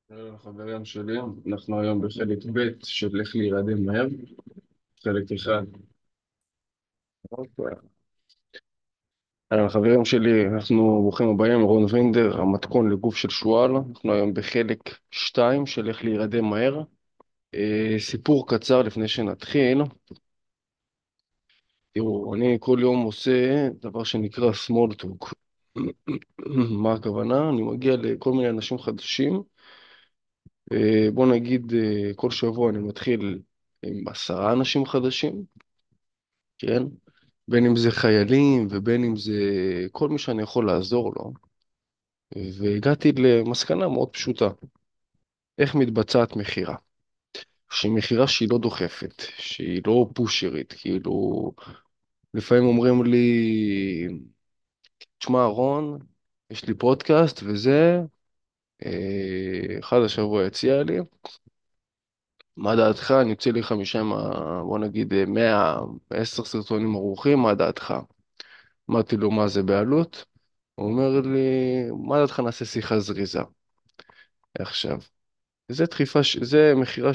חברים שלי, אנחנו היום בחלק ב' של איך להירדם מהר, חלק אחד. אוקיי. חברים שלי, אנחנו ברוכים הבאים, רון וינדר, המתכון לגוף של שועל. אנחנו היום בחלק 2 של איך להירדם מהר. סיפור קצר לפני שנתחיל. תראו, אני כל יום עושה דבר שנקרא small talk. מה הכוונה? אני מגיע לכל מיני אנשים חדשים. בוא נגיד, כל שבוע אני מתחיל עם 10 אנשים חדשים. כן? בין אם זה חיילים ובין אם זה כל מי שאני יכול לעזור לו. והגעתי למסקנה מאוד פשוטה. איך מתבצעת מכירה? שהיא מכירה שהיא לא דוחפת, שהיא לא פושרית, כאילו, לפעמים אומרים לי, תשמע רון, יש לי פודקאסט וזה, אחד השבוע הציע לי, מה דעתך? אני אוציא לי 5, בוא נגיד 110 סרטונים ערוכים, מה דעתך? אמרתי לו, מה זה בעלות? הוא אומר לי, מה דעתך נעשה שיחה זריזה? עכשיו, זה דחיפה, זה מכירה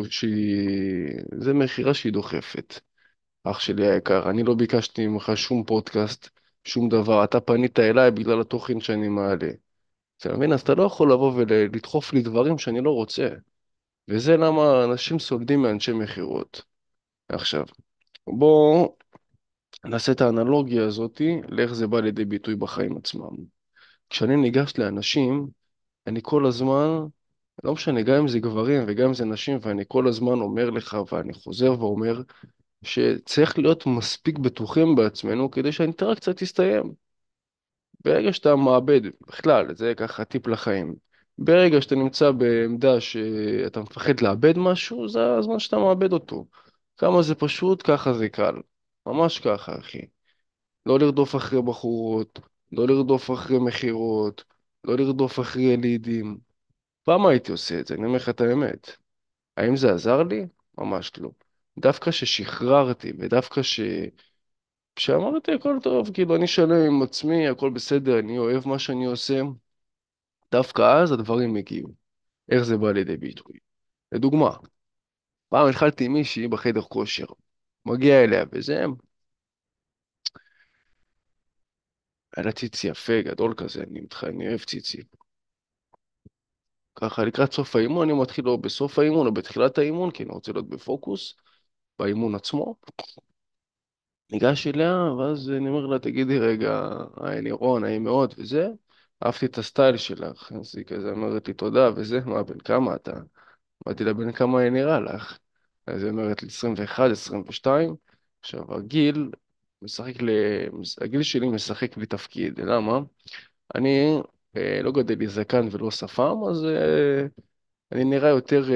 זה מכירה שהיא דוחפת. אח שלי היקר, אני לא ביקשתי ממך שום פודקאסט, שום דבר, אתה פנית אליי בגלל התוכן שאני מעלה. אתה מבין? אז אתה לא יכול לבוא ולדחוף לי דברים שאני לא רוצה. וזה למה אנשים סולדים מאנשי מכירות. עכשיו, בואו נעשה את האנלוגיה הזאתי לאיך זה בא לידי ביטוי בחיים עצמם. כשאני ניגש לאנשים, אני כל הזמן, לא משנה, גם אם זה גברים וגם אם זה נשים, ואני כל הזמן אומר לך, ואני חוזר ואומר, שצריך להיות מספיק בטוחים בעצמנו כדי שהאינטראקציה תסתיים. ברגע שאתה מאבד, בכלל, זה ככה טיפ לחיים. ברגע שאתה נמצא בעמדה שאתה מפחד לאבד משהו, זה הזמן שאתה מאבד אותו. כמה זה פשוט, ככה זה קל. ממש ככה, אחי. לא לרדוף אחרי בחורות, לא לרדוף אחרי מכירות, לא לרדוף אחרי לידים. פעם הייתי עושה את זה, אני אומר לך את האמת. האם זה עזר לי? ממש לא. דווקא ששחררתי, ודווקא שאמרתי הכל טוב, כאילו אני שלם עם עצמי, הכל בסדר, אני אוהב מה שאני עושה, דווקא אז הדברים הגיעו. איך זה בא לידי ביטוי? לדוגמה, פעם התחלתי עם מישהי בחדר כושר. מגיע אליה וזה, היה לה ציצי יפה, גדול כזה, אני אוהב ציצי. ככה לקראת סוף האימון, אני מתחיל או בסוף האימון או בתחילת האימון, כי אני רוצה להיות בפוקוס, באימון עצמו. ניגש אליה, ואז אני אומר לה, תגידי רגע, היי לירון, נעים מאוד, וזה. אהבתי את הסטייל שלך. אז היא כזה אומרת לי, תודה, וזה, מה, בן כמה אתה? אמרתי לה, בן כמה אני נראה לך? אז היא אומרת לי, 21, 22. עכשיו, הגיל שלי משחק לי תפקיד, למה? אני לא גדל לי זקן ולא שפם, אז אני נראה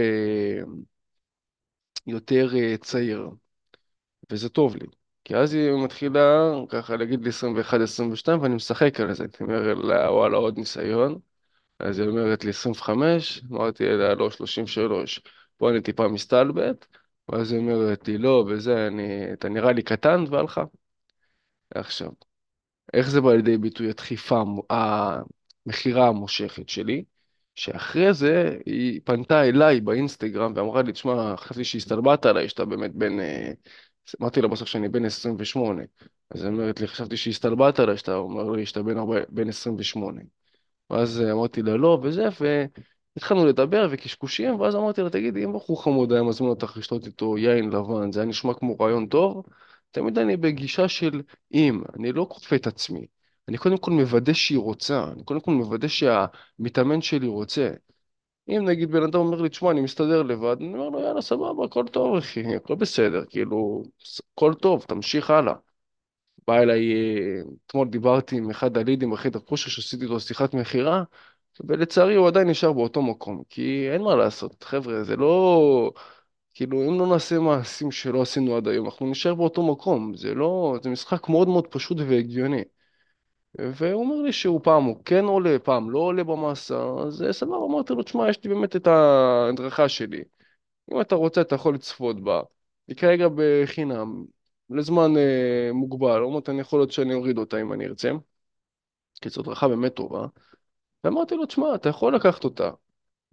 יותר צעיר. וזה טוב לי. כי אז היא מתחילה ככה להגיד לי 21, 22, ואני משחק על זה. אני אומר לה, וואלה, עוד ניסיון. אז היא אומרת לי 25, אמרתי לה, לא, 33. פה אני טיפה מסתלבט, ואז היא אומרת לי, לא, וזה, אתה נראה לי קטן, והלכה. עכשיו, איך זה בא לידי ביטוי הדחיפה, המכירה המושכת שלי? שאחרי זה היא פנתה אליי באינסטגרם ואמרה לי, תשמע, חשבתי שהסתלבטת עליי, שאתה באמת אמרתי לה בסוף שאני בן 28. אז היא אומרת לי, חשבתי שהסתלבטת עליי, שאתה אומר לי שאתה בן 28. ואז אמרתי לה, לא, וזה, והתחלנו לדבר וקשקושים, ואז אמרתי לה, תגידי, אם בחור חמוד היה מזמין אותך לשתות איתו יין לבן, זה היה נשמע כמו רעיון טוב? תמיד אני בגישה של אם, אני לא כופה את עצמי. אני קודם כל מוודא שהיא רוצה, אני קודם כל מוודא שהמתאמן שלי רוצה. אם נגיד בן אדם אומר לי, תשמע, אני מסתדר לבד, אני אומר לו, יאללה, סבבה, הכל טוב, אחי, הכל בסדר, כאילו, הכל טוב, תמשיך הלאה. בא אליי, אתמול דיברתי עם אחד הלידים בחדר כושר שעשיתי לו שיחת מכירה, ולצערי הוא עדיין נשאר באותו מקום, כי אין מה לעשות, חבר'ה, זה לא, כאילו, אם לא נעשה מעשים שלא עשינו עד היום, אנחנו נשאר באותו מקום, זה לא, זה משחק מאוד מאוד פשוט והגיוני. והוא אומר לי שהוא פעם הוא כן עולה, פעם לא עולה במסה, אז סבבה, אמרתי לו, תשמע, יש לי באמת את ההדרכה שלי. אם אתה רוצה, אתה יכול לצפות בה. היא כרגע בחינם, לזמן מוגבל, עוד מעט אני יכול להיות שאני אוריד אותה אם אני ארצה, כי זו הדרכה באמת טובה. ואמרתי לו, תשמע, אתה יכול לקחת אותה.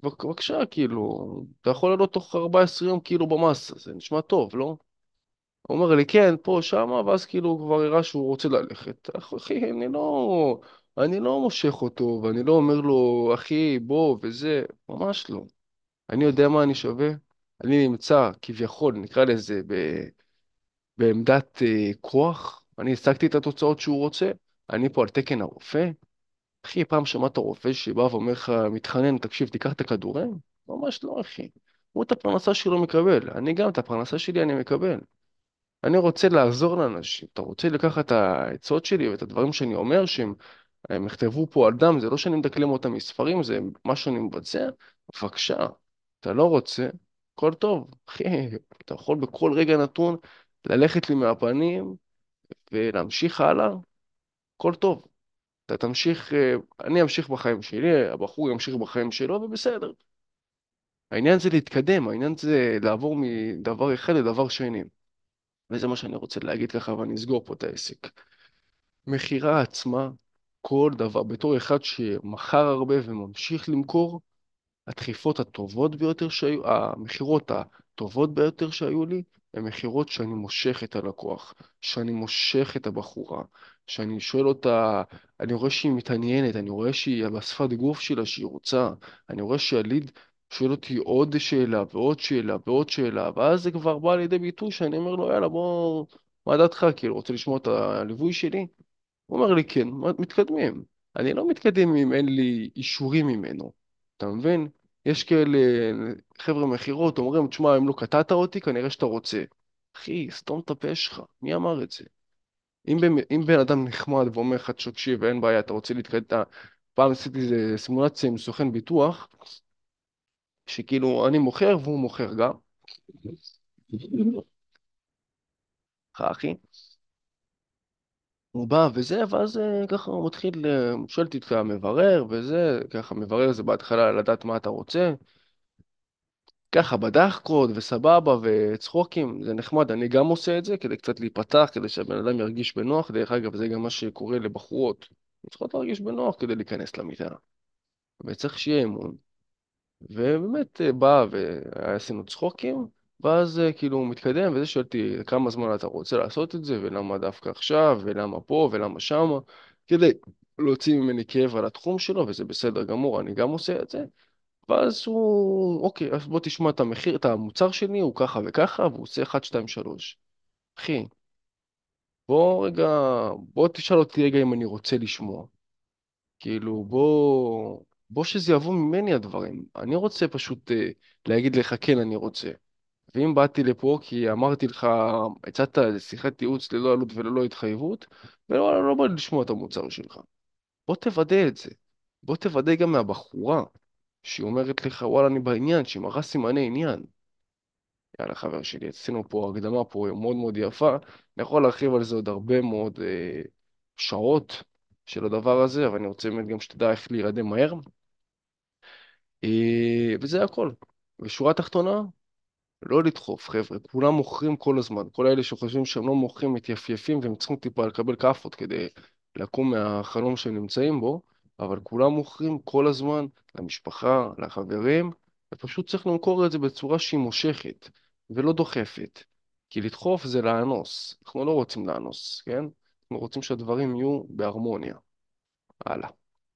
בבקשה, כאילו, אתה יכול לעלות תוך 14 יום כאילו במסה, זה נשמע טוב, לא? הוא אומר לי, כן, פה, שמה, ואז כאילו הוא כבר הראה שהוא רוצה ללכת. אחי, אני לא מושך אותו, ואני לא אומר לו, אחי, בוא, וזה, ממש לא. אני יודע מה אני שווה. אני נמצא, כביכול, נקרא לזה, בעמדת כוח. אני השגתי את התוצאות שהוא רוצה. אני פה על תקן הרופא. אחי, פעם שמעת רופא שבא ואומר לך, מתחנן, תקשיב, תיקח את הכדורים? ממש לא, אחי. הוא את הפרנסה שלו מקבל. אני גם את הפרנסה שלי אני מקבל. אני רוצה לעזור לאנשים. אתה רוצה לקחת את העצות שלי ואת הדברים שאני אומר, שהם נכתבו פה על דם, זה לא שאני מדקלם אותם מספרים, זה מה שאני מבצע? בבקשה. אתה לא רוצה? הכל טוב. אחי, אתה יכול בכל רגע נתון ללכת לי מהפנים ולהמשיך הלאה, הכל טוב. אתה תמשיך, אני אמשיך בחיים שלי, הבחור ימשיך בחיים שלו, ובסדר. העניין זה להתקדם, העניין זה לעבור מדבר אחד לדבר שני. וזה מה שאני רוצה להגיד ככה, ואני אסגור פה את העסק. מכירה עצמה, כל דבר, בתור אחד שמכר הרבה וממשיך למכור, הדחיפות הטובות ביותר שהיו, המכירות הטובות ביותר שהיו לי, הן מכירות שאני מושך את הלקוח, שאני מושך את הבחורה, שאני שואל אותה, אני רואה שהיא מתעניינת, אני רואה שהיא בשפת גוף שלה שהיא רוצה, אני רואה שהליד שואל אותי עוד שאלה ועוד שאלה ועוד שאלה, ואז זה כבר בא לידי ביטוי שאני אומר לו, יאללה, בוא, מה דעתך, כאילו, רוצה לשמוע את הליווי שלי? הוא אומר לי, כן, מתקדמים. אני לא מתקדם אם אין לי אישורים ממנו. אתה מבין? יש כאלה חבר'ה מכירות, אומרים, תשמע, אם לא קטעת אותי, כנראה שאתה רוצה. אחי, סתום את הפה שלך. מי אמר את זה? אם בן אדם נחמד ואומר לך, תקשיב, אין בעיה, אתה רוצה להתקדם... פעם עשיתי איזה סימולציה עם סוכן ביטוח, שכאילו אני מוכר והוא מוכר גם. אחי. הוא בא וזה, ואז ככה הוא מתחיל, שואל אותי את המברר וזה, ככה מברר זה בהתחלה לדעת מה אתה רוצה, ככה בדחקות וסבבה וצחוקים, זה נחמד, אני גם עושה את זה כדי קצת להיפתח, כדי שהבן אדם ירגיש בנוח, דרך אגב זה גם מה שקורה לבחורות, הן צריכות להרגיש בנוח כדי להיכנס למיטה, וצריך שיהיה אמון. ובאמת בא ועשינו צחוקים, ואז כאילו הוא מתקדם, וזה שואל אותי כמה זמן אתה רוצה לעשות את זה, ולמה דווקא עכשיו, ולמה פה, ולמה שמה, כדי להוציא ממני כאב על התחום שלו, וזה בסדר גמור, אני גם עושה את זה. ואז הוא, אוקיי, אז בוא תשמע את המחיר, את המוצר שלי, הוא ככה וככה, והוא עושה 1, 2, 3. אחי, בוא רגע, בוא תשאל אותי רגע אם אני רוצה לשמוע. כאילו, בוא שזה יבוא ממני הדברים. אני רוצה פשוט להגיד לך, כן, אני רוצה. ואם באתי לפה כי אמרתי לך, הצעת שיחת ייעוץ ללא עלות וללא התחייבות, ולא לא בא לי לשמוע את המוצר שלך. בוא תוודא את זה. בוא תוודא גם מהבחורה, שהיא אומרת לך, וואלה, אני בעניין, שהיא מראה סימני עניין. יאללה, חבר שלי, עשינו פה הקדמה פה מאוד מאוד יפה. אני יכול להרחיב על זה עוד הרבה מאוד שעות של הדבר הזה, אבל אני רוצה באמת גם שתדע איך להירדם מהר. וזה הכל. בשורה התחתונה, לא לדחוף, חבר'ה. כולם מוכרים כל הזמן. כל האלה שחושבים שהם לא מוכרים מתייפייפים והם צריכים טיפה לקבל כאפות כדי לקום מהחלום שהם נמצאים בו, אבל כולם מוכרים כל הזמן למשפחה, לחברים, ופשוט צריך למכור את זה בצורה שהיא מושכת ולא דוחפת. כי לדחוף זה לאנוס. אנחנו לא רוצים לאנוס, כן? אנחנו רוצים שהדברים יהיו בהרמוניה. הלאה.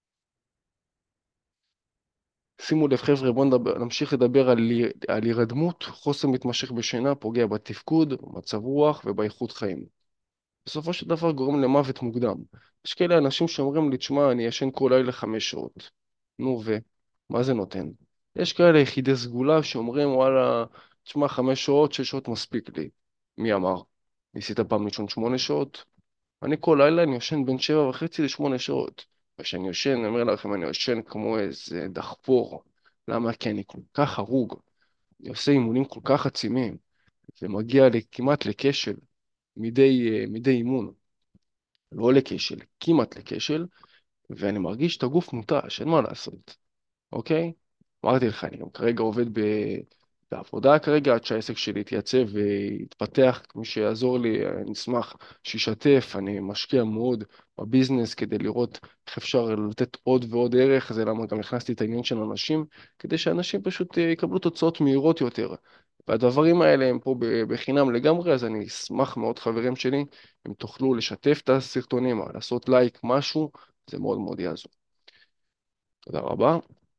שימו לב חבר'ה, בואו נמשיך לדבר על הירדמות, חוסר מתמשך בשינה, פוגע בתפקוד, במצב רוח ובאיכות חיים. בסופו של דבר גורם למוות מוקדם. יש כאלה אנשים שאומרים לי, תשמע, אני ישן כל לילה 5 שעות. נו מה זה נותן? יש כאלה יחידי סגולה שאומרים, וואלה, תשמע, 5 שעות, 6 שעות מספיק לי. מי אמר? ניסית פעם לישון 8 שעות? אני כל לילה אני יושן בין 7:30 ל8 שעות. וכשאני יושן, אני אומר לכם, אני יושן כמו איזה דחפור. למה? כי אני כל כך הרוג. אני עושה אימונים כל כך עצימים, ומגיע כמעט לכשל מדי אימון. לא לכשל, כמעט לכשל, ואני מרגיש את הגוף מותש, אין מה לעשות, אוקיי? אמרתי לך, אני גם כרגע עובד בעבודה כרגע, עד שהעסק שלי יתייצב ויתפתח, מי שיעזור לי, אני אשמח שישתף, אני משקיע מאוד בביזנס כדי לראות איך אפשר לתת עוד ועוד ערך, זה למה גם הכנסתי את העניין של אנשים, כדי שאנשים פשוט יקבלו תוצאות מהירות יותר. והדברים האלה הם פה בחינם לגמרי, אז אני אשמח מאוד חברים שלי, אם תוכלו לשתף את הסרטונים, לעשות לייק, משהו, זה מאוד מאוד יעזור. תודה רבה.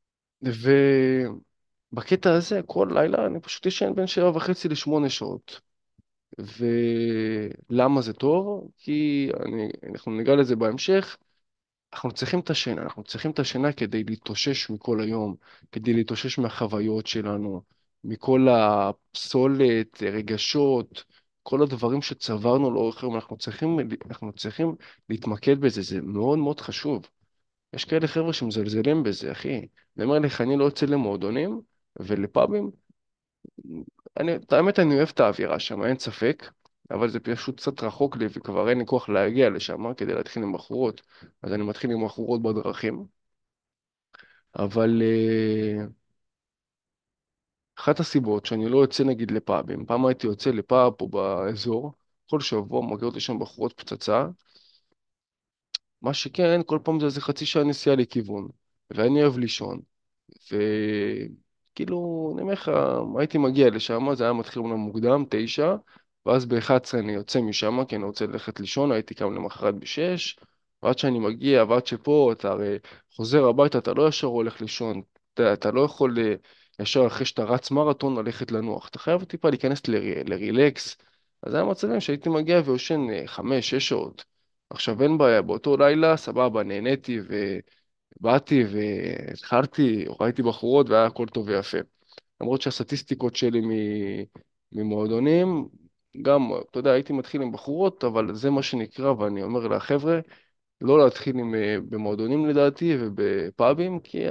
ובקטע הזה, כל לילה אני פשוט ישן בין 7.5 ל8 שעות. ולמה זה טוב? כי אנחנו ניגע לזה בהמשך. אנחנו צריכים את השינה, אנחנו צריכים את השינה כדי להתאושש מכל היום, כדי להתאושש מהחוויות שלנו, מכל הפסולת, רגשות, כל הדברים שצברנו לאורך היום, אנחנו צריכים להתמקד בזה, זה מאוד מאוד חשוב. יש כאלה חבר'ה שמזלזלים בזה, אחי. אני אומר לך, אני לא יוצא למועדונים ולפאבים, האמת, אני אוהב את האווירה שם, אין ספק, אבל זה פשוט קצת רחוק לי, וכבר אין לי כוח להגיע לשם כדי להתחיל עם בחורות, אז אני מתחיל עם בחורות בדרכים. אבל אחת הסיבות שאני לא יוצא נגיד לפאבים, פעם הייתי יוצא לפאב פה באזור, כל שבוע מגיע אותי שם בחורות פצצה, מה שכן, כל פעם זה איזה חצי שעה נסיעה לכיוון, ואני אוהב לישון. וכאילו, אני אומר לך, הייתי מגיע לשם, זה היה מתחיל אומנם מוקדם, 9, ואז ב-11 אני יוצא משם, כי אני רוצה ללכת לישון, הייתי קם למחרת ב-6, ועד שאני מגיע, ועד שפה, אתה הרי חוזר הביתה, אתה לא ישר הולך לישון, אתה לא יכול ישר אחרי שאתה רץ מרתון ללכת לנוח, אתה חייב טיפה להיכנס לרילקס, אז היה מצבים שהייתי מגיע ויושן 5-6 שעות. עכשיו אין בעיה, באותו לילה, סבבה, נהניתי באתי והתחלתי, או ראיתי בחורות והיה הכל טוב ויפה. למרות שהסטטיסטיקות שלי ממועדונים, גם, אתה יודע, הייתי מתחיל עם בחורות, אבל זה מה שנקרא, ואני אומר לחבר'ה, לא להתחיל במועדונים לדעתי ובפאבים, כי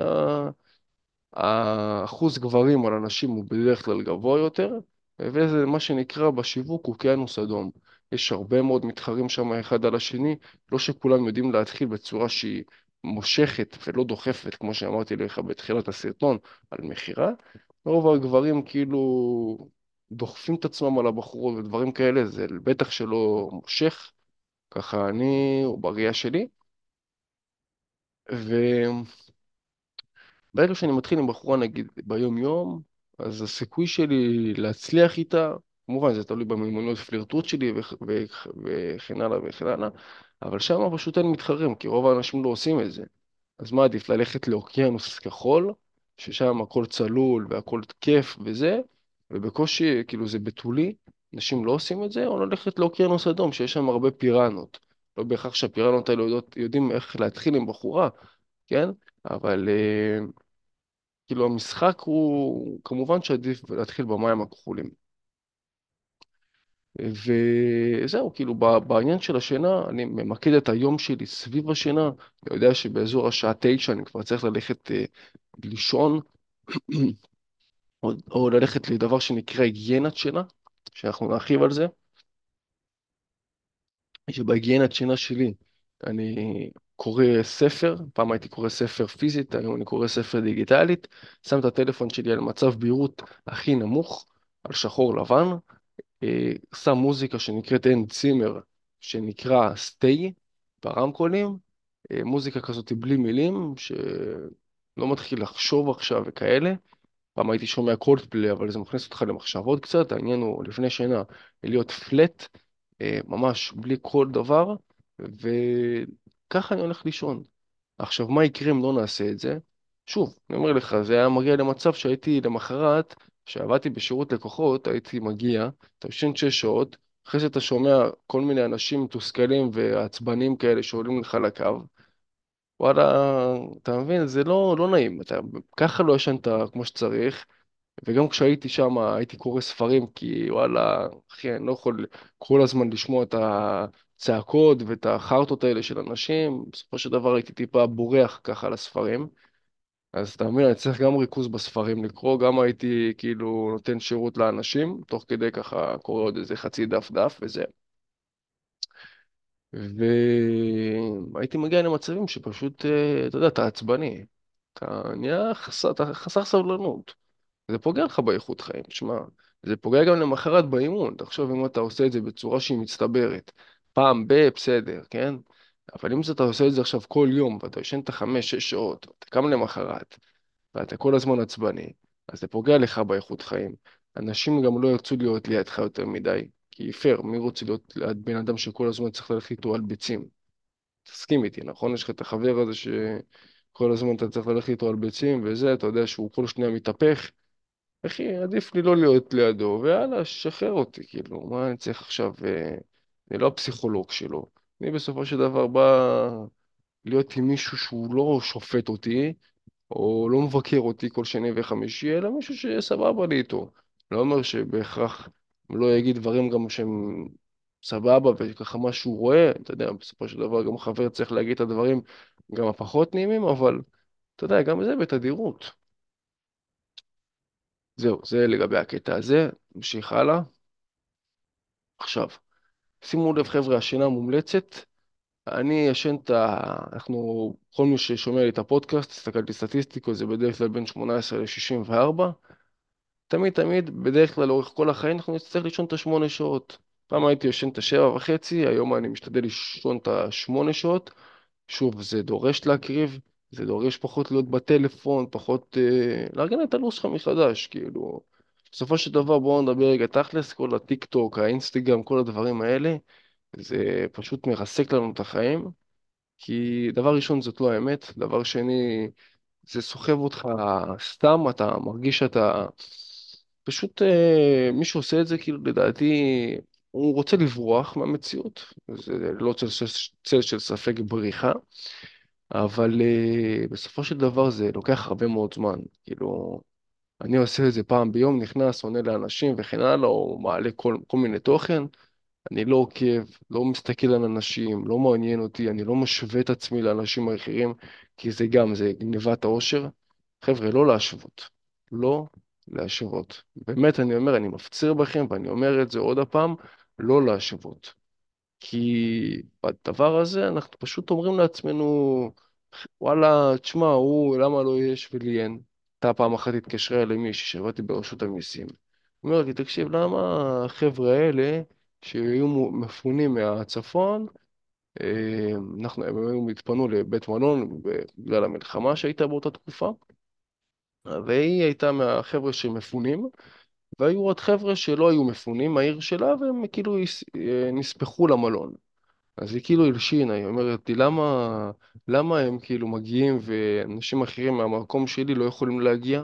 האחוז גברים על הנשים הוא בדרך כלל גבוה יותר, וזה מה שנקרא בשיווק אוקיינוס אדום. יש הרבה מאוד מתחרים שם אחד על השני, לא שכולם יודעים להתחיל בצורה שהיא מושכת ולא דוחפת, כמו שאמרתי לך בתחילת הסרטון, על מכירה. רוב הגברים כאילו דוחפים את עצמם על הבחורות ודברים כאלה, זה בטח שלא מושך, ככה אני, או בראייה שלי. ברגע שאני מתחיל עם בחורה נגיד ביום-יום, אז הסיכוי שלי להצליח איתה, כמובן זה תלוי במיומנויות פלירטוט שלי וכן הלאה וכן הלאה, אבל שם פשוט אין מתחרים, כי רוב האנשים לא עושים את זה. אז מה עדיף, ללכת לאוקיינוס כחול, ששם הכל צלול והכל כיף וזה, ובקושי, כאילו זה בתולי, אנשים לא עושים את זה, או ללכת לאוקיינוס אדום, שיש שם הרבה פיראנות. לא בהכרח שהפיראנות האלה יודעים איך להתחיל עם בחורה, כן? אבל כאילו המשחק הוא כמובן שעדיף להתחיל במים הכחולים. וזהו, כאילו בעניין של השינה, אני ממקד את היום שלי סביב השינה. אני יודע שבאזור השעה 9 אני כבר צריך ללכת לישון, או ללכת לדבר שנקרא היגיינת שינה, שאנחנו נרחיב על זה. שבהיגיינת שינה שלי אני קורא ספר, פעם הייתי קורא ספר פיזית, היום אני קורא ספר דיגיטלית, שם את הטלפון שלי על מצב בהירות הכי נמוך, על שחור לבן, שם מוזיקה שנקראת אין צימר, שנקרא סטי, ברמקולים, מוזיקה כזאת בלי מילים, שלא מתחיל לחשוב עכשיו וכאלה. פעם הייתי שומע קולדפליי, אבל זה מכניס אותך למחשבות קצת, העניין הוא לפני שינה להיות פלט, ממש בלי כל דבר, וככה אני הולך לישון. עכשיו, מה יקרה אם לא נעשה את זה? שוב, אני אומר לך, זה היה מגיע למצב שהייתי למחרת, כשעבדתי בשירות לקוחות, הייתי מגיע, אתה ישן 6 שעות, אחרי זה אתה שומע כל מיני אנשים מתוסכלים ועצבנים כאלה שעולים לך לקו, וואלה, אתה מבין, זה לא נעים, אתה ככה לא ישנת כמו שצריך, וגם כשהייתי שם הייתי קורא ספרים, כי וואלה, אחי, אני לא יכול כל הזמן לשמוע את הצעקות ואת החרטות האלה של אנשים, בסופו של דבר הייתי טיפה בורח ככה על הספרים, אז אתה מבין, אני צריך גם ריכוז בספרים לקרוא, גם הייתי כאילו נותן שירות לאנשים, תוך כדי ככה קורא עוד איזה חצי דף וזה. והייתי מגיע למצבים שפשוט, אתה יודע, אתה עצבני, אתה נהיה אתה חסר סבלנות. זה פוגע לך באיכות חיים, שמע, זה פוגע גם למחרת באימון, תחשוב אם אתה עושה את זה בצורה שהיא מצטברת, פעם בסדר, כן? אבל אם אתה עושה את זה עכשיו כל יום, ואתה ישן את החמש, שש שעות, אתה קם למחרת, ואתה כל הזמן עצבני, אז זה פוגע לך באיכות חיים. אנשים גם לא ירצו להיות לידך יותר מדי, כי פייר, מי רוצה להיות ליד בן אדם שכל הזמן צריך ללכת איתו על ביצים? תסכים איתי, נכון? יש לך את החבר הזה שכל הזמן אתה צריך ללכת איתו על ביצים, וזה, אתה יודע שהוא כל שניה מתהפך. אחי, עדיף לי לא להיות לידו, ויאללה, שחרר אותי, כאילו, מה אני צריך עכשיו? אני לא הפסיכולוג שלו. אני בסופו של דבר בא להיות עם מישהו שהוא לא שופט אותי, או לא מבקר אותי כל שני וחמישי, אלא מישהו שסבבה לי איתו. לא אומר שבהכרח הוא לא יגיד דברים גם שהם סבבה, וככה מה שהוא רואה, אתה יודע, בסופו של דבר גם חבר צריך להגיד את הדברים גם הפחות נעימים, אבל אתה יודע, גם זה בתדירות. זהו, זה לגבי הקטע הזה. נמשיך הלאה. עכשיו, שימו לב חבר'ה, השינה מומלצת. אני ישן את ה... אנחנו, כל מי ששומע לי את הפודקאסט, הסתכלתי סטטיסטיקות, זה בדרך כלל בין 18 ל-64. תמיד תמיד, בדרך כלל לאורך כל החיים, אנחנו נצטרך לישון את השמונה שעות. פעם הייתי ישן את השבע וחצי, היום אני משתדל לישון את השמונה שעות. שוב, זה דורש להקריב, זה דורש פחות להיות בטלפון, פחות לארגן את הלו"ז שלך מחדש, כאילו. בסופו של דבר בואו נדבר רגע תכלס, כל הטיק טוק, האינסטגרם, כל הדברים האלה, זה פשוט מרסק לנו את החיים, כי דבר ראשון זאת לא האמת, דבר שני, זה סוחב אותך סתם, אתה מרגיש שאתה פשוט, מי שעושה את זה, כאילו לדעתי, הוא רוצה לברוח מהמציאות, זה לא צל של ספק בריחה. אבל בסופו של דבר זה לוקח הרבה מאוד זמן. כאילו, אני עושה את זה פעם ביום, נכנס, עונה לאנשים וכן הלאה, או מעלה כל מיני תוכן. אני לא עוקב, לא מסתכל על אנשים, לא מעניין אותי, אני לא משווה את עצמי לאנשים האחרים, כי זה גם, זה גנבת האושר. חבר'ה, לא להשוות. לא להשוות. באמת, אני אומר, אני מפציר בכם, ואני אומר את זה עוד הפעם, לא להשוות. כי בדבר הזה אנחנו פשוט אומרים לעצמנו, וואלה, תשמע, הוא, למה לא יש ולי אין? אתה פעם אחת התקשרה אליי מישהי שעבדתי ברשות המיסים. הוא אומר לי, תקשיב, למה החבר'ה האלה שהיו מפונים מהצפון, הם התפנו לבית מלון בגלל המלחמה שהייתה באותה תקופה, והיא הייתה מהחבר'ה שמפונים, והיו עוד חבר'ה שלא היו מפונים מהעיר שלה, והם כאילו נספחו למלון. אז היא כאילו הלשינה, היא אומרת לי, למה הם כאילו מגיעים ואנשים אחרים מהמקום שלי לא יכולים להגיע?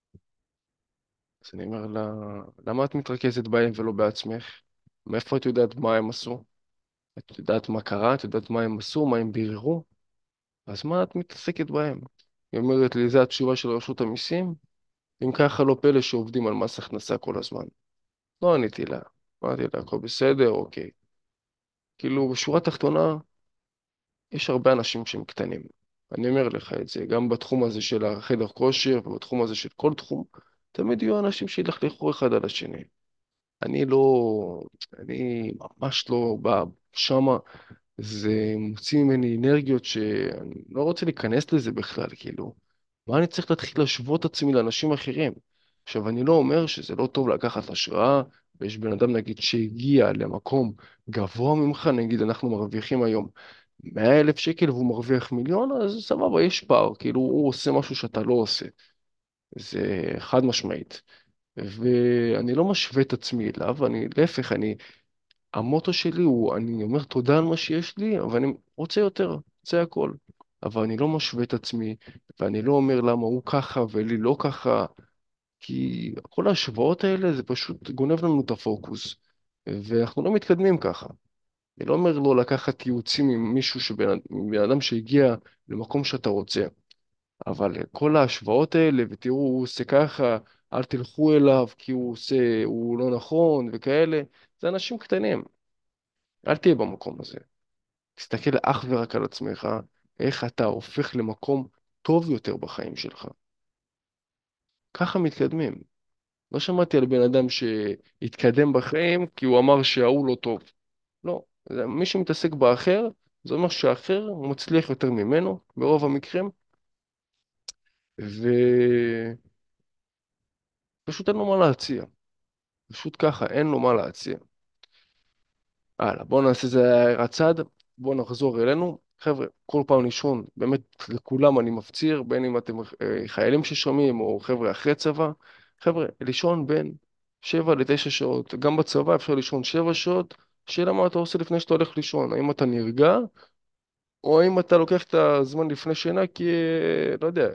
אז אני אומר לה, למה את מתרכזת בהם ולא בעצמך? מאיפה את יודעת מה הם עשו? את יודעת מה קרה? את יודעת מה הם עשו? מה הם ביררו? אז מה את מתעסקת בהם? היא אומרת לי, זו התשובה של רשות המיסים? אם ככה לא פלא שעובדים על מס הכנסה כל הזמן. לא עניתי לה. אמרתי לה, הכל בסדר, אוקיי. כאילו, בשורה התחתונה, יש הרבה אנשים שהם קטנים. אני אומר לך את זה, גם בתחום הזה של החדר כושר ובתחום הזה של כל תחום, תמיד יהיו אנשים שילכלכו אחד על השני. אני לא, אני ממש לא בא שמה, זה מוציא ממני אנרגיות שאני לא רוצה להיכנס לזה בכלל, כאילו. מה אני צריך להתחיל להשוות עצמי לאנשים אחרים? עכשיו, אני לא אומר שזה לא טוב לקחת השראה, ויש בן אדם, נגיד, שהגיע למקום גבוה ממך, נגיד, אנחנו מרוויחים היום 100,000 שקל והוא מרוויח מיליון, אז סבבה, יש פער, כאילו, הוא עושה משהו שאתה לא עושה. זה חד משמעית. ואני לא משווה את עצמי אליו, אני, להפך, המוטו שלי הוא, אני אומר תודה על מה שיש לי, אבל אני רוצה יותר, זה הכל. אבל אני לא משווה את עצמי, ואני לא אומר למה הוא ככה ולי לא ככה, כי כל ההשוואות האלה זה פשוט גונב לנו את הפוקוס, ואנחנו לא מתקדמים ככה. אני לא אומר לא לקחת ייעוצים ממישהו מבן אדם שהגיע למקום שאתה רוצה, אבל כל ההשוואות האלה, ותראו, הוא עושה ככה, אל תלכו אליו כי הוא עושה, הוא לא נכון וכאלה, זה אנשים קטנים. אל תהיה במקום הזה. תסתכל אך ורק על עצמך, איך אתה הופך למקום טוב יותר בחיים שלך. ככה מתקדמים. לא שמעתי על בן אדם שהתקדם בחיים כי הוא אמר שההוא לא טוב. לא. מי שמתעסק באחר, זה אומר שהאחר מצליח יותר ממנו, ברוב המקרים, ופשוט אין לו מה להציע. פשוט ככה, אין לו מה להציע. הלאה, בואו נעשה את זה הערת צד, בואו נחזור אלינו. חבר'ה, כל פעם לישון, באמת לכולם אני מפציר, בין אם אתם חיילים ששומעים או חבר'ה אחרי צבא, חבר'ה, לישון בין 7 ל 9 שעות, גם בצבא אפשר לישון 7 שעות, שאלה מה אתה עושה לפני שאתה הולך לישון, האם אתה נרגע, או האם אתה לוקח את הזמן לפני שינה לא יודע,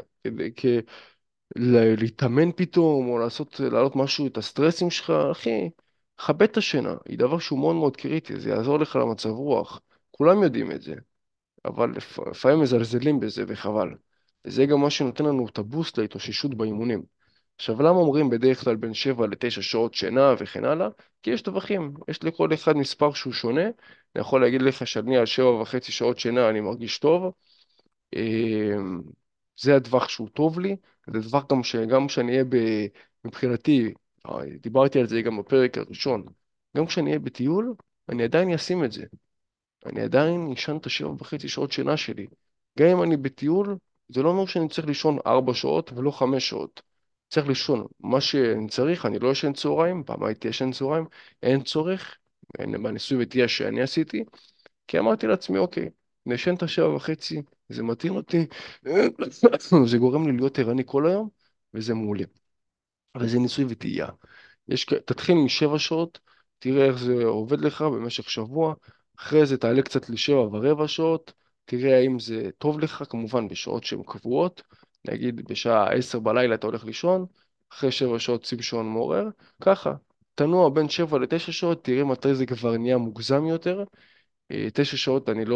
להתאמן פתאום, או להעלות משהו, את הסטרסים שלך, אחי, כבד את השינה, היא דבר שהוא מאוד מאוד קריטי, זה יעזור לך למצב רוח, כולם יודעים את זה. אבל לפעמים מזלזלים בזה וחבל. וזה גם מה שנותן לנו את הבוסט להתאוששות באימונים. עכשיו, למה אומרים בדרך כלל בין 7 ל 9 שעות שינה וכן הלאה? כי יש טווחים, יש לכל אחד מספר שהוא שונה. אני יכול להגיד לך שאני על 7.5 שעות שינה אני מרגיש טוב. אמ, זה הטווח שהוא טוב לי, זה טווח גם שגם כשאני אהיה מבחינתי, דיברתי על זה גם בפרק הראשון, גם כשאני אהיה בטיול, אני עדיין אשים את זה. אני עדיין אשן את 7.5 שעות שינה שלי. גם אם אני בטיול, זה לא אומר שאני צריך לישון 4 שעות ולא 5 שעות. צריך לישון מה שאני צריך, אני לא ישן צהריים, פעם הייתי ישן צהריים, אין צורך, בניסוי וטעייה שאני עשיתי, כי אמרתי לעצמי, אוקיי, נשן את 7.5, זה מתאים אותי, זה גורם לי להיות ערני כל היום, וזה מעולה. וזה ניסוי וטעייה. תתחיל מ 7 שעות, תראה איך זה עובד לך במשך שבוע, אחרי זה תעלה קצת ל7.25 שעות, תראה האם זה טוב לך, כמובן בשעות שהן קבועות, נגיד בשעה 10 בלילה אתה הולך לישון, אחרי 7 שעות שים שעון מעורר, ככה, תנוע בין 7 ל 9 שעות, תראה מתי זה כבר נהיה מוגזם יותר, 9 שעות אני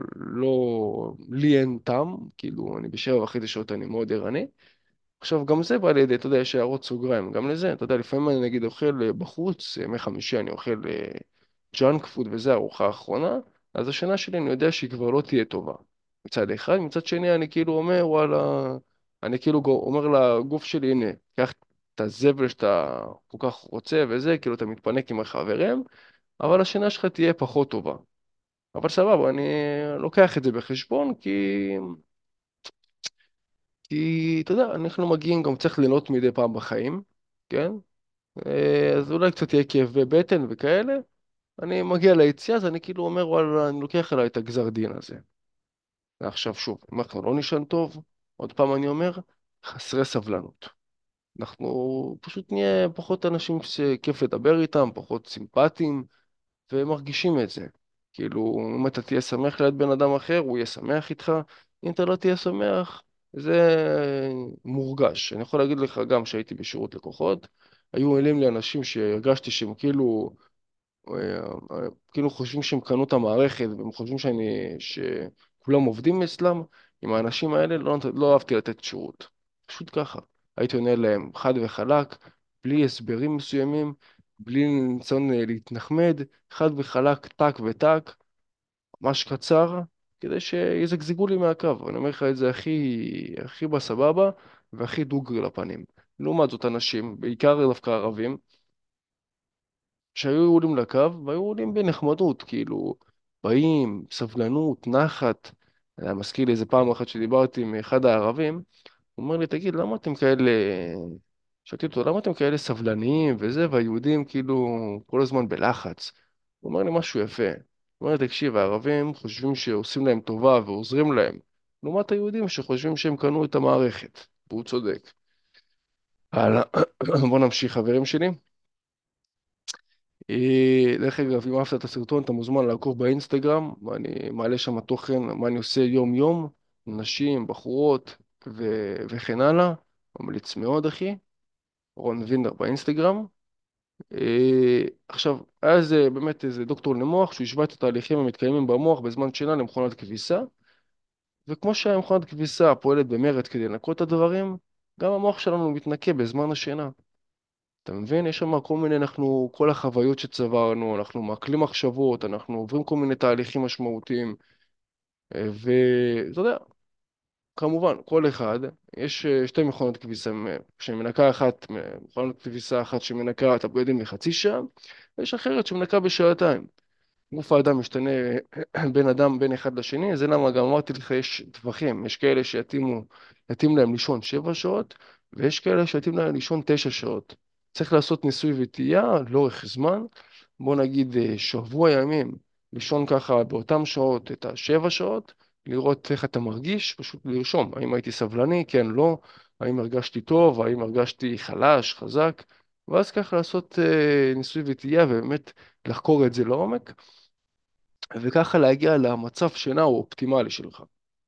לי אין טעם, כאילו אני ב7.5 שעות אני מאוד ערני, עכשיו, גם זה בא לידי, אתה יודע, יש הערות סוגריים, גם לזה, אתה יודע, לפעמים אני נגיד אוכל בחוץ, ימי חמישי אני אוכל ג'אנק פוד וזה הארוחה האחרונה, אז השנה שלי אני יודע שהיא כבר לא תהיה טובה. מצד אחד, מצד שני אני כאילו אומר, וואלה, אני כאילו אומר לגוף שלי, הנה, קח את הזבל שאתה כל כך רוצה וזה, כאילו אתה מתפנק עם החברים, אבל השנה שלך תהיה פחות טובה. אבל סבבה, אני לוקח את זה בחשבון, כי אתה יודע, אנחנו מגיעים, גם צריך ליהנות מדי פעם בחיים, כן? אז אולי קצת יהיה כאבי בטן וכאלה. אני מגיע ליציאה, אז אני כאילו אומר, וואלה, אני לוקח אליי את הגזר דין הזה. ועכשיו שוב, אם אנחנו לא נישן טוב, עוד פעם אני אומר, חסרי סבלנות. אנחנו פשוט נהיה פחות אנשים שכיף לדבר איתם, פחות סימפטיים, ומרגישים את זה. כאילו, אם אתה תהיה שמח ליד בן אדם אחר, הוא יהיה שמח איתך. אם אתה לא תהיה שמח, זה מורגש. אני יכול להגיד לך גם שהייתי בשירות לקוחות, היו עולים לי אנשים שהרגשתי שהם כאילו חושבים שהם קנו את המערכת, והם חושבים שכולם עובדים אצלם. עם האנשים האלה לא אהבתי לתת שירות. פשוט ככה. הייתי עונה להם חד וחלק, בלי הסברים מסוימים, בלי ניסיון להתנחמד, חד וחלק, טק וטק, ממש קצר, כדי שיזגזגו לי מהקו. אני אומר לך את זה הכי בסבבה והכי דוגרי לפנים. לעומת זאת אנשים, בעיקר דווקא ערבים, שהיו עולים לקו והיו עולים בנחמדות, כאילו, באים, סבלנות, נחת. זה היה מזכיר לי איזה פעם אחת שדיברתי עם אחד הערבים, הוא אומר לי, תגיד, למה אתם כאלה... שאלתי אותו, למה אתם כאלה סבלניים וזה, והיהודים כאילו כל הזמן בלחץ? הוא אומר לי משהו יפה. הוא אומר לי, תקשיב, הערבים חושבים שעושים להם טובה ועוזרים להם, לעומת היהודים שחושבים שהם קנו את המערכת. והוא צודק. הלאה, בוא נמשיך, חברים שלי. דרך אגב, אם אהבת את הסרטון, אתה מוזמן לעקוב באינסטגרם, אני מעלה שם תוכן, מה אני עושה יום-יום, נשים, בחורות וכן הלאה. ממליץ מאוד, אחי. רון וינדר באינסטגרם. עכשיו, היה איזה, באמת איזה דוקטור למוח, שהוא השווה את התהליכים המתקיימים במוח בזמן שינה למכונת כביסה, וכמו שהמכונת כביסה פועלת במרץ כדי לנקות את הדברים, גם המוח שלנו מתנקה בזמן השינה. אתה מבין? יש שם כל מיני, כל החוויות שצברנו, אנחנו מעכלים מחשבות, אנחנו עוברים כל מיני תהליכים משמעותיים, ואתה יודע, כמובן, כל אחד, יש שתי מכונות כביסה, שמנקה אחת, מכונת כביסה אחת שמנקה את הבגדים בחצי שעה, ויש אחרת שמנקה בשעתיים. גוף האדם משתנה בין אחד לשני, זה למה גם אמרתי לך, יש טווחים, יש כאלה יתאים להם לישון 7 שעות, ויש כאלה שיתאים להם לישון 9 שעות. צריך לעשות ניסוי וטעייה לאורך זמן, בוא נגיד שבוע ימים, לישון ככה באותם שעות את ה7 שעות, לראות איך אתה מרגיש, פשוט לרשום, האם הייתי סבלני, כן, לא, האם הרגשתי טוב, האם הרגשתי חלש, חזק, ואז ככה לעשות ניסוי וטעייה ובאמת לחקור את זה לעומק, וככה להגיע למצב שינה הוא אופטימלי שלך.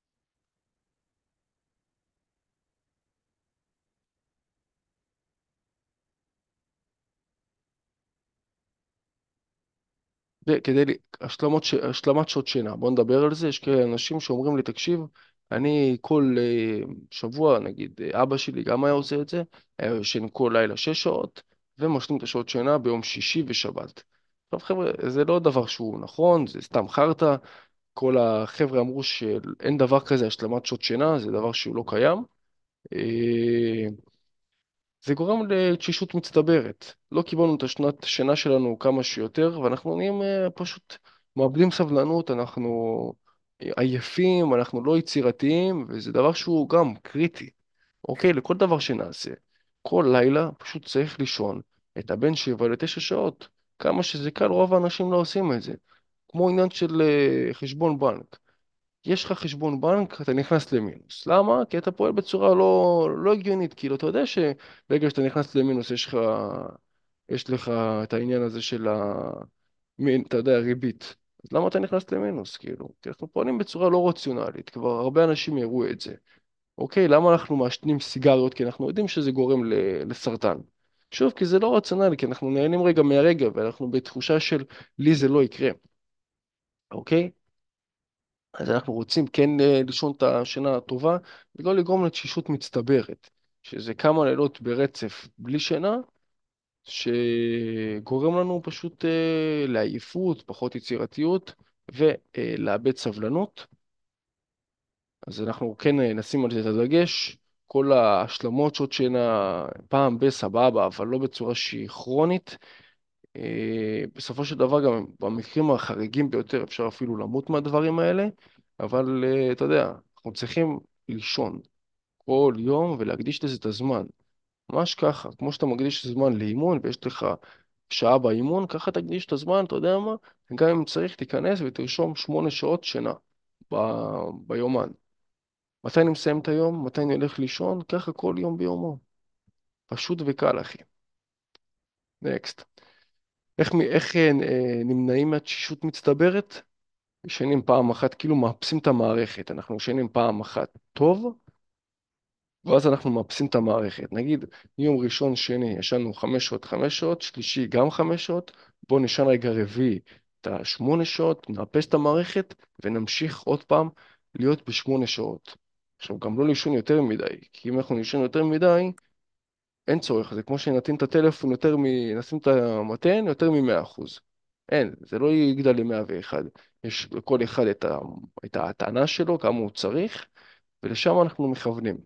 השלמת שעות שינה, בוא נדבר על זה. יש כאלה אנשים שאומרים לי, תקשיב, אני כל שבוע, נגיד, אבא שלי גם היה עושה את זה, היה ישן כל לילה 6 שעות, ומשלים את השעות שינה ביום שישי ושבת. טוב חבר'ה, זה לא דבר שהוא נכון, זה סתם חרטא. כל החבר'ה אמרו שאין דבר כזה השלמת שעות שינה, זה דבר שהוא לא קיים. אה, זה גורם לתשישות מצטברת. לא קיבלנו את השנת שינה שלנו כמה שיותר, ואנחנו נהיים פשוט מאבדים סבלנות, אנחנו עייפים, אנחנו לא יצירתיים, וזה דבר שהוא גם קריטי. אוקיי, לכל דבר שנעשה. כל לילה פשוט צריך לישון את הבין 7 ל 9 שעות. כמה שזה קל, רוב האנשים לא עושים את זה. כמו עניין של חשבון בנק. יש לך חשבון בנק, אתה נכנס למינוס. למה? כי אתה פועל בצורה לא הגיונית. כאילו, אתה יודע שברגע שאתה נכנס למינוס, יש לך את העניין הזה של אתה יודע, ריבית. אז למה אתה נכנס למינוס? כאילו, כי אנחנו פועלים בצורה לא רציונלית. כבר הרבה אנשים יראו את זה. אוקיי, למה אנחנו מעשנים סיגריות? כי אנחנו יודעים שזה גורם לסרטן. שוב, כי זה לא רציונלי, כי אנחנו נהנים רגע מהרגע, ואנחנו בתחושה של לי זה לא יקרה. אוקיי? אז אנחנו רוצים כן לישון את השינה הטובה, ולא לגרום לתשישות מצטברת, שזה כמה לילות ברצף בלי שינה, שגורם לנו פשוט לעייפות, פחות יצירתיות, ולאבד סבלנות. אז אנחנו כן נשים על זה את הדגש. כל ההשלמות שעות שינה פעם בסבבה, אבל לא בצורה שהיא כרונית. בסופו של דבר גם במקרים החריגים ביותר אפשר אפילו למות מהדברים האלה, אבל אתה יודע, אנחנו צריכים לישון כל יום ולהקדיש לזה את הזמן. ממש ככה, כמו שאתה מקדיש את הזמן לאימון ויש לך שעה באימון, ככה תקדיש את הזמן, אתה יודע מה? גם אם צריך תיכנס ותרשום 8 שעות שינה ביומן. מתי אני מסיים את היום? מתי אני הולך לישון? ככה כל יום ביומו. פשוט וקל, אחי. נקסט. איך נמנעים מהתשישות מצטברת? ישנים פעם אחת, כאילו מאפסים את המערכת. אנחנו ישנים פעם אחת טוב, ואז אנחנו מאפסים את המערכת. נגיד, יום ראשון, שני, ישנו 5 שעות, 5 שעות, שלישי גם 5 שעות, בואו נשן רגע רביעי את ה8 שעות, נאפס את המערכת, ונמשיך עוד פעם להיות ב8 שעות. עכשיו, גם לא לישון יותר מדי, כי אם אנחנו נישן יותר מדי, אין צורך. זה כמו שנתאים את הטלפון נשים את המתן יותר מ100%. אין, זה לא יגדל ל101. יש לכל אחד את הטענה שלו, כמה הוא צריך, ולשם אנחנו מכוונים.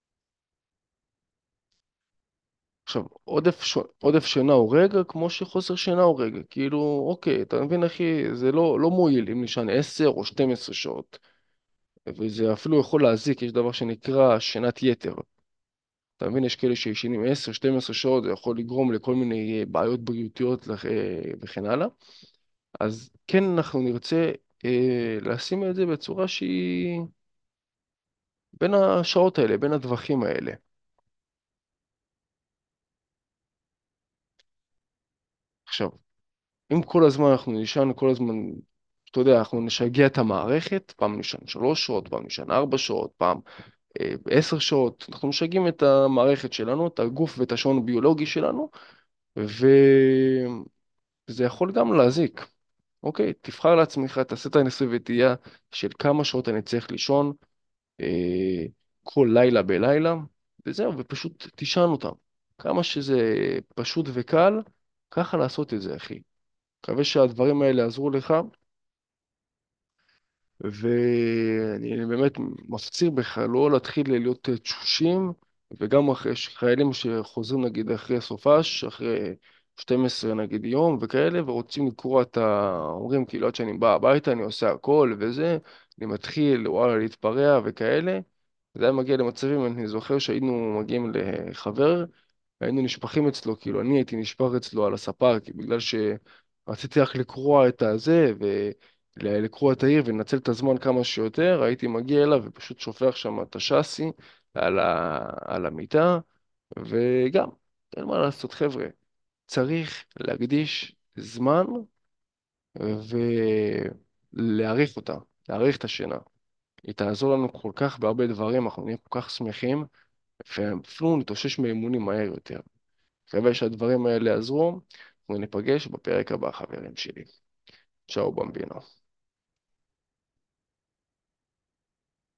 עכשיו, עודף שינה הורג, כמו שחוסר שינה הורג. כאילו, אוקיי, אתה מבין, אחי, זה לא מועיל אם נשען 10 או 12 שעות. וזה אפילו יכול להזיק, יש דבר שנקרא שינת יתר. אתה מבין, יש כאלה שישנים 10-12 שעות, זה יכול לגרום לכל מיני בעיות בריאותיות וכן הלאה. אז כן, אנחנו נרצה לשים את זה בצורה שהיא בין השעות האלה, בין הטווחים האלה. עכשיו, אם כל הזמן אנחנו נשען, כל הזמן, אתה יודע, אנחנו נשגע את המערכת, פעם נשען 3 שעות, פעם נשען 4 שעות, פעם 10 שעות, אנחנו משגעים את המערכת שלנו, את הגוף ואת השעון הביולוגי שלנו, וזה יכול גם להזיק. אוקיי, תבחר לעצמך, תעשה את הניסוי וטעייה של כמה שעות אני צריך לישון אה, כל לילה בלילה, וזהו, ופשוט תישן אותם. כמה שזה פשוט וקל, ככה לעשות את זה, אחי. מקווה שהדברים האלה יעזרו לך, ואני באמת מפציר בך לא להתחיל להיות תשושים, וגם אחרי חיילים שחוזרים נגיד אחרי סופש, אחרי 12 נגיד יום וכאלה, ורוצים לקרוא את אומרים כאילו עד שאני בא הביתה אני עושה הכל וזה, אני מתחיל וואלה להתפרע וכאלה. זה היה מגיע למצבים, אני זוכר שהיינו מגיעים לחבר, היינו נשפכים אצלו, כאילו אני הייתי נשפך אצלו על הספה, כי בגלל שרציתי רק לקרוע את הזה, לקרוע את העיר ולנצל את הזמן כמה שיותר, הייתי מגיע אליו ופשוט שופך שם את השאסי על המיטה, וגם, אין מה לעשות, חבר'ה, צריך להקדיש זמן ולהעריך אותה, להעריך את השינה. היא תעזור לנו כל כך בהרבה דברים, אנחנו נהיה כל כך שמחים, ואפילו נתאושש מאימונים מהר יותר. מקווה שהדברים האלה יעזרו, אנחנו ניפגש בפרק הבא, חברים שלי. צ'או במבינו.